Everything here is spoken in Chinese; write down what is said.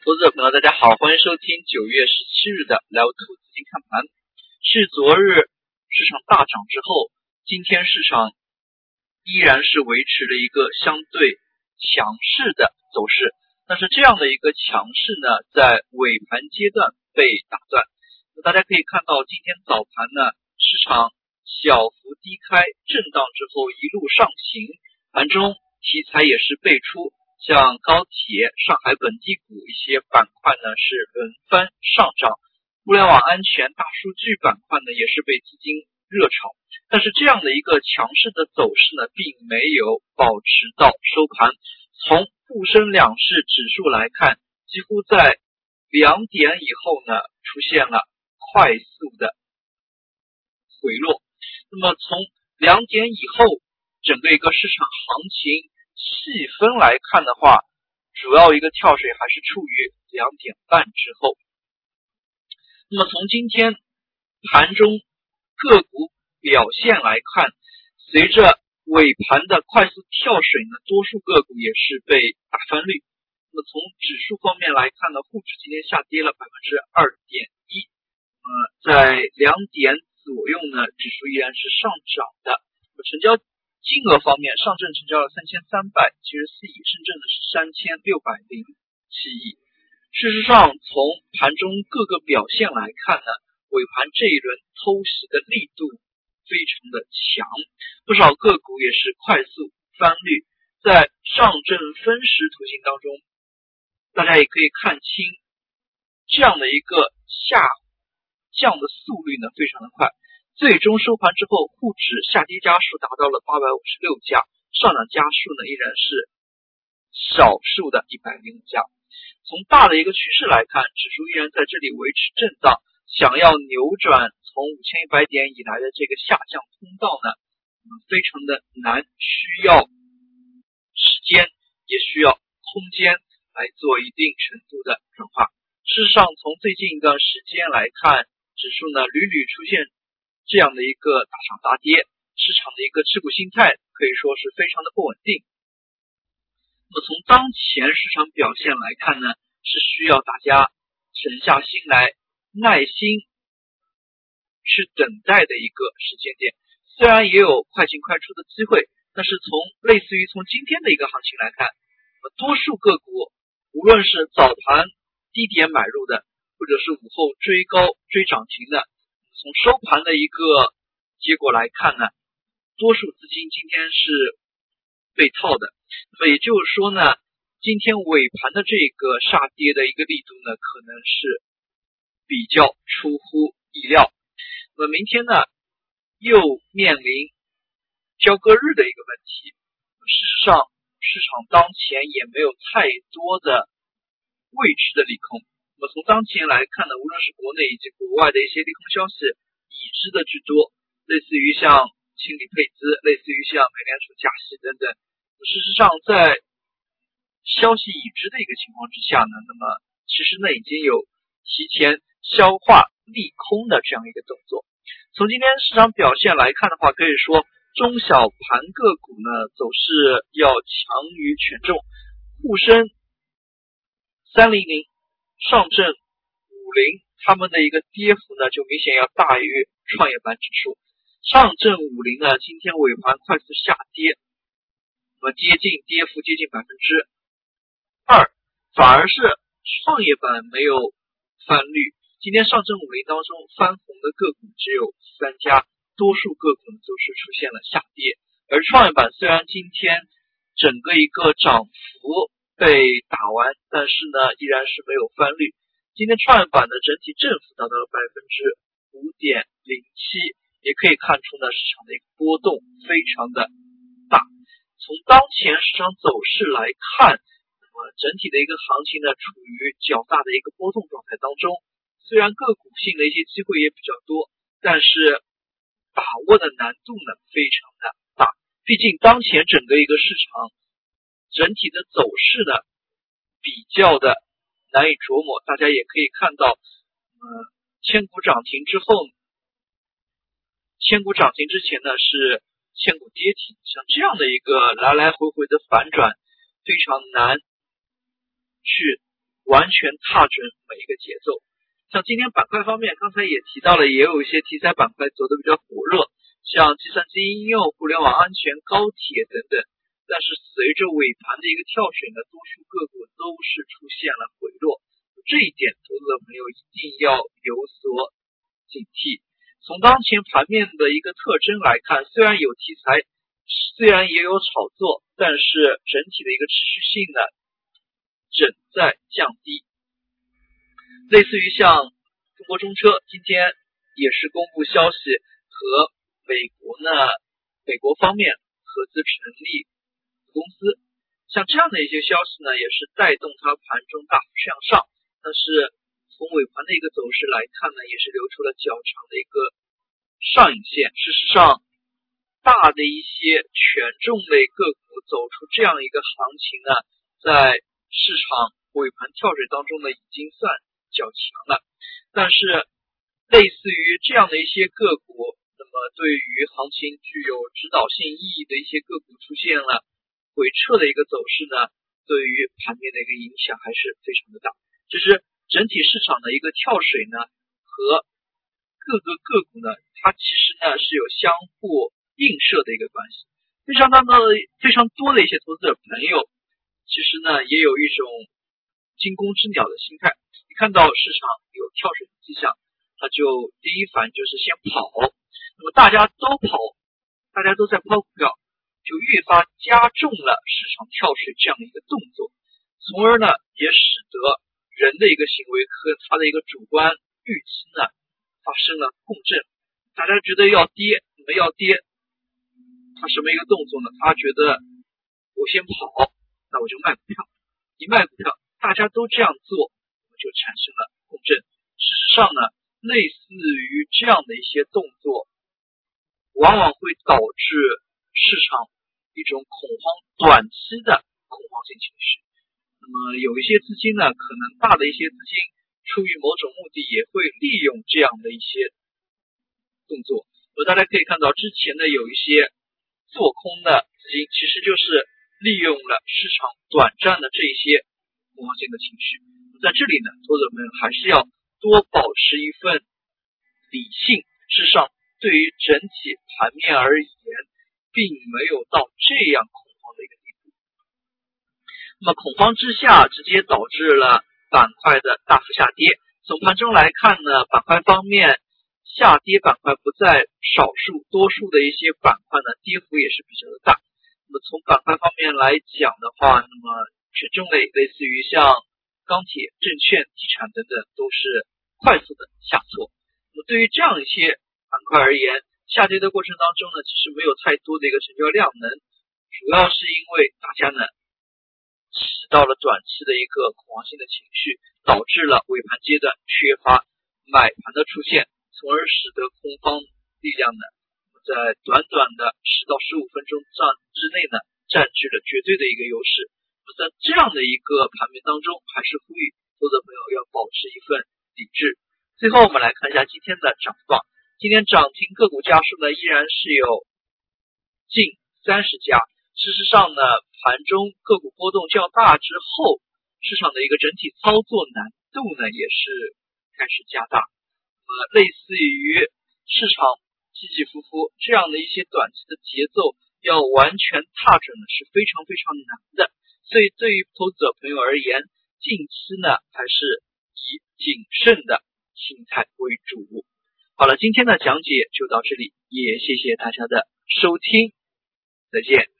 投资者朋友大家好，欢迎收听9月17日的聊兔资金看盘。是昨日市场大涨之后，今天市场依然是维持了一个相对强势的走势，但是这样的一个强势呢，在尾盘阶段被打断。大家可以看到今天早盘呢，市场小幅低开震荡之后一路上行，盘中题材也是辈出，像高铁、上海本地股一些板块呢是轮番上涨，互联网安全、大数据板块呢也是被资金热炒，但是这样的一个强势的走势呢，并没有保持到收盘。从沪深两市指数来看，几乎在2点以后呢，出现了快速的回落。那么从2点以后，整个一个市场行情细分来看的话，主要一个跳水还是处于2点半之后。那么从今天盘中个股表现来看，随着尾盘的快速跳水呢，多数个股也是被打翻绿。那么从指数方面来看呢，沪指今天下跌了 2.1%，在2点左右呢，指数依然是上涨的。成交金额方面，上证成交了3374亿，深圳的是3607亿。事实上，从盘中各个表现来看呢，尾盘这一轮偷袭的力度非常的强，不少个股也是快速翻绿。在上证分时图形当中，大家也可以看清这样的一个下降的速率呢，非常的快。最终收盘之后，沪指下跌家数达到了856家，上涨家数呢依然是少数的105家。从大的一个趋势来看，指数依然在这里维持震荡，想要扭转从5100点以来的这个下降通道呢，非常的难，需要时间，也需要空间来做一定程度的转化。事实上，从最近一段时间来看，指数呢屡屡出现这样的一个大涨大跌，市场的一个持股心态可以说是非常的不稳定。那么从当前市场表现来看呢，是需要大家沉下心来，耐心去等待的一个时间点。虽然也有快进快出的机会，但是类似于从今天的一个行情来看，多数个股无论是早盘低点买入的，或者是午后追高追涨停的，从收盘的一个结果来看呢，多数资金今天是被套的。那么也就是说呢，今天尾盘的这个杀跌的一个力度呢，可能是比较出乎意料。那么明天呢，又面临交割日的一个问题。事实上，市场当前也没有太多的未知的利空。那么从当前来看呢，无论是国内以及国外的一些利空消息，已知的居多，类似于像清理配资，类似于像美联储加息等等。事实上，在消息已知的一个情况之下呢，那么其实呢已经有提前消化利空的这样一个动作。从今天市场表现来看的话，可以说中小盘个股呢走势要强于权重，沪深300、上证50，他们的一个跌幅呢就明显要大于创业板指数。上证50呢今天尾盘快速下跌，那么跌幅接近2%，反而是创业板没有翻绿。今天上证50当中翻红的个股只有3家，多数个股都是出现了下跌。而创业板虽然今天整个一个涨幅被打完，但是呢依然是没有翻绿。今天创业板的整体振幅达到了 5.07%， 也可以看出呢市场的一个波动非常的大。从当前市场走势来看，那么整体的一个行情呢处于较大的一个波动状态当中。虽然个股性的一些机会也比较多，但是把握的难度呢非常的大。毕竟当前整个一个市场整体的走势呢比较的难以琢磨。大家也可以看到，千股涨停之后，千股涨停之前呢是千股跌停，像这样的一个来来回回的反转，非常难去完全踏准每一个节奏。像今天板块方面，刚才也提到了，也有一些题材板块走得比较火热，像计算机应用、互联网安全、高铁等等。但是随着尾盘的一个跳水呢，多数个股都是出现了回落，这一点投资者朋友一定要有所警惕。从当前盘面的一个特征来看，虽然有题材，虽然也有炒作，但是整体的一个持续性呢正在降低。类似于像中国中车今天也是公布消息，和美国方面合资成立公司，像这样的一些消息呢，也是带动它盘中大幅向上。但是从尾盘的一个走势来看呢，也是留出了较长的一个上影线。事实上，大的一些权重类个股走出这样一个行情呢，在市场尾盘跳水当中呢，已经算较强了。但是类似于这样的一些个股，那么对于行情具有指导性意义的一些个股出现了回撤的一个走势呢，对于盘面的一个影响还是非常的大。这是整体市场的一个跳水呢，和各个个股呢，它其实呢是有相互映射的一个关系。非常多的一些投资者朋友，其实呢也有一种惊弓之鸟的心态，你看到市场有跳水的迹象，他就第一反应就是先跑。那么大家都跑，大家都在抛股票，就越发加重了市场跳水这样的一个动作，从而呢也使得人的一个行为和他的一个主观预期呢发生了共振。大家觉得要跌，你们要跌，他什么一个动作呢？他觉得我先跑，那我就卖股票，一卖股票大家都这样做，就产生了共振。事实上呢，类似于这样的一些动作，往往会导致市场一种恐慌，短期的恐慌性情绪。那么有一些资金呢，可能大的一些资金出于某种目的，也会利用这样的一些动作。大家可以看到，之前的有一些做空的资金，其实就是利用了市场短暂的这些恐慌性的情绪。在这里呢，投资者们还是要多保持一份理性。事实上，对于整体盘面而言，并没有到这样恐慌的一个地步。那么恐慌之下，直接导致了板块的大幅下跌。从盘中来看呢，板块方面下跌板块不在少数，多数的一些板块呢，跌幅也是比较的大。那么从板块方面来讲的话，那么权重类类似于像钢铁、证券、地产等等，都是快速的下挫。那么对于这样一些板块而言，下跌的过程当中呢，其实没有太多的一个成交量能，主要是因为大家呢起到了短期的一个恐慌性的情绪，导致了尾盘阶段缺乏买盘的出现，从而使得空方力量呢在短短的10到15分钟之内呢占据了绝对的一个优势。在这样的一个盘面当中，还是呼吁投资者朋友要保持一份理智。最后我们来看一下今天的涨幅榜。今天涨停个股家数呢依然是有近30家。事实上呢，盘中个股波动较大之后，市场的一个整体操作难度呢也是开始加大。类似于市场起起伏伏这样的一些短期的节奏，要完全踏准呢是非常非常难的。所以对于投资者朋友而言，近期呢还是以谨慎的心态为主。好了，今天的讲解就到这里，也谢谢大家的收听，再见。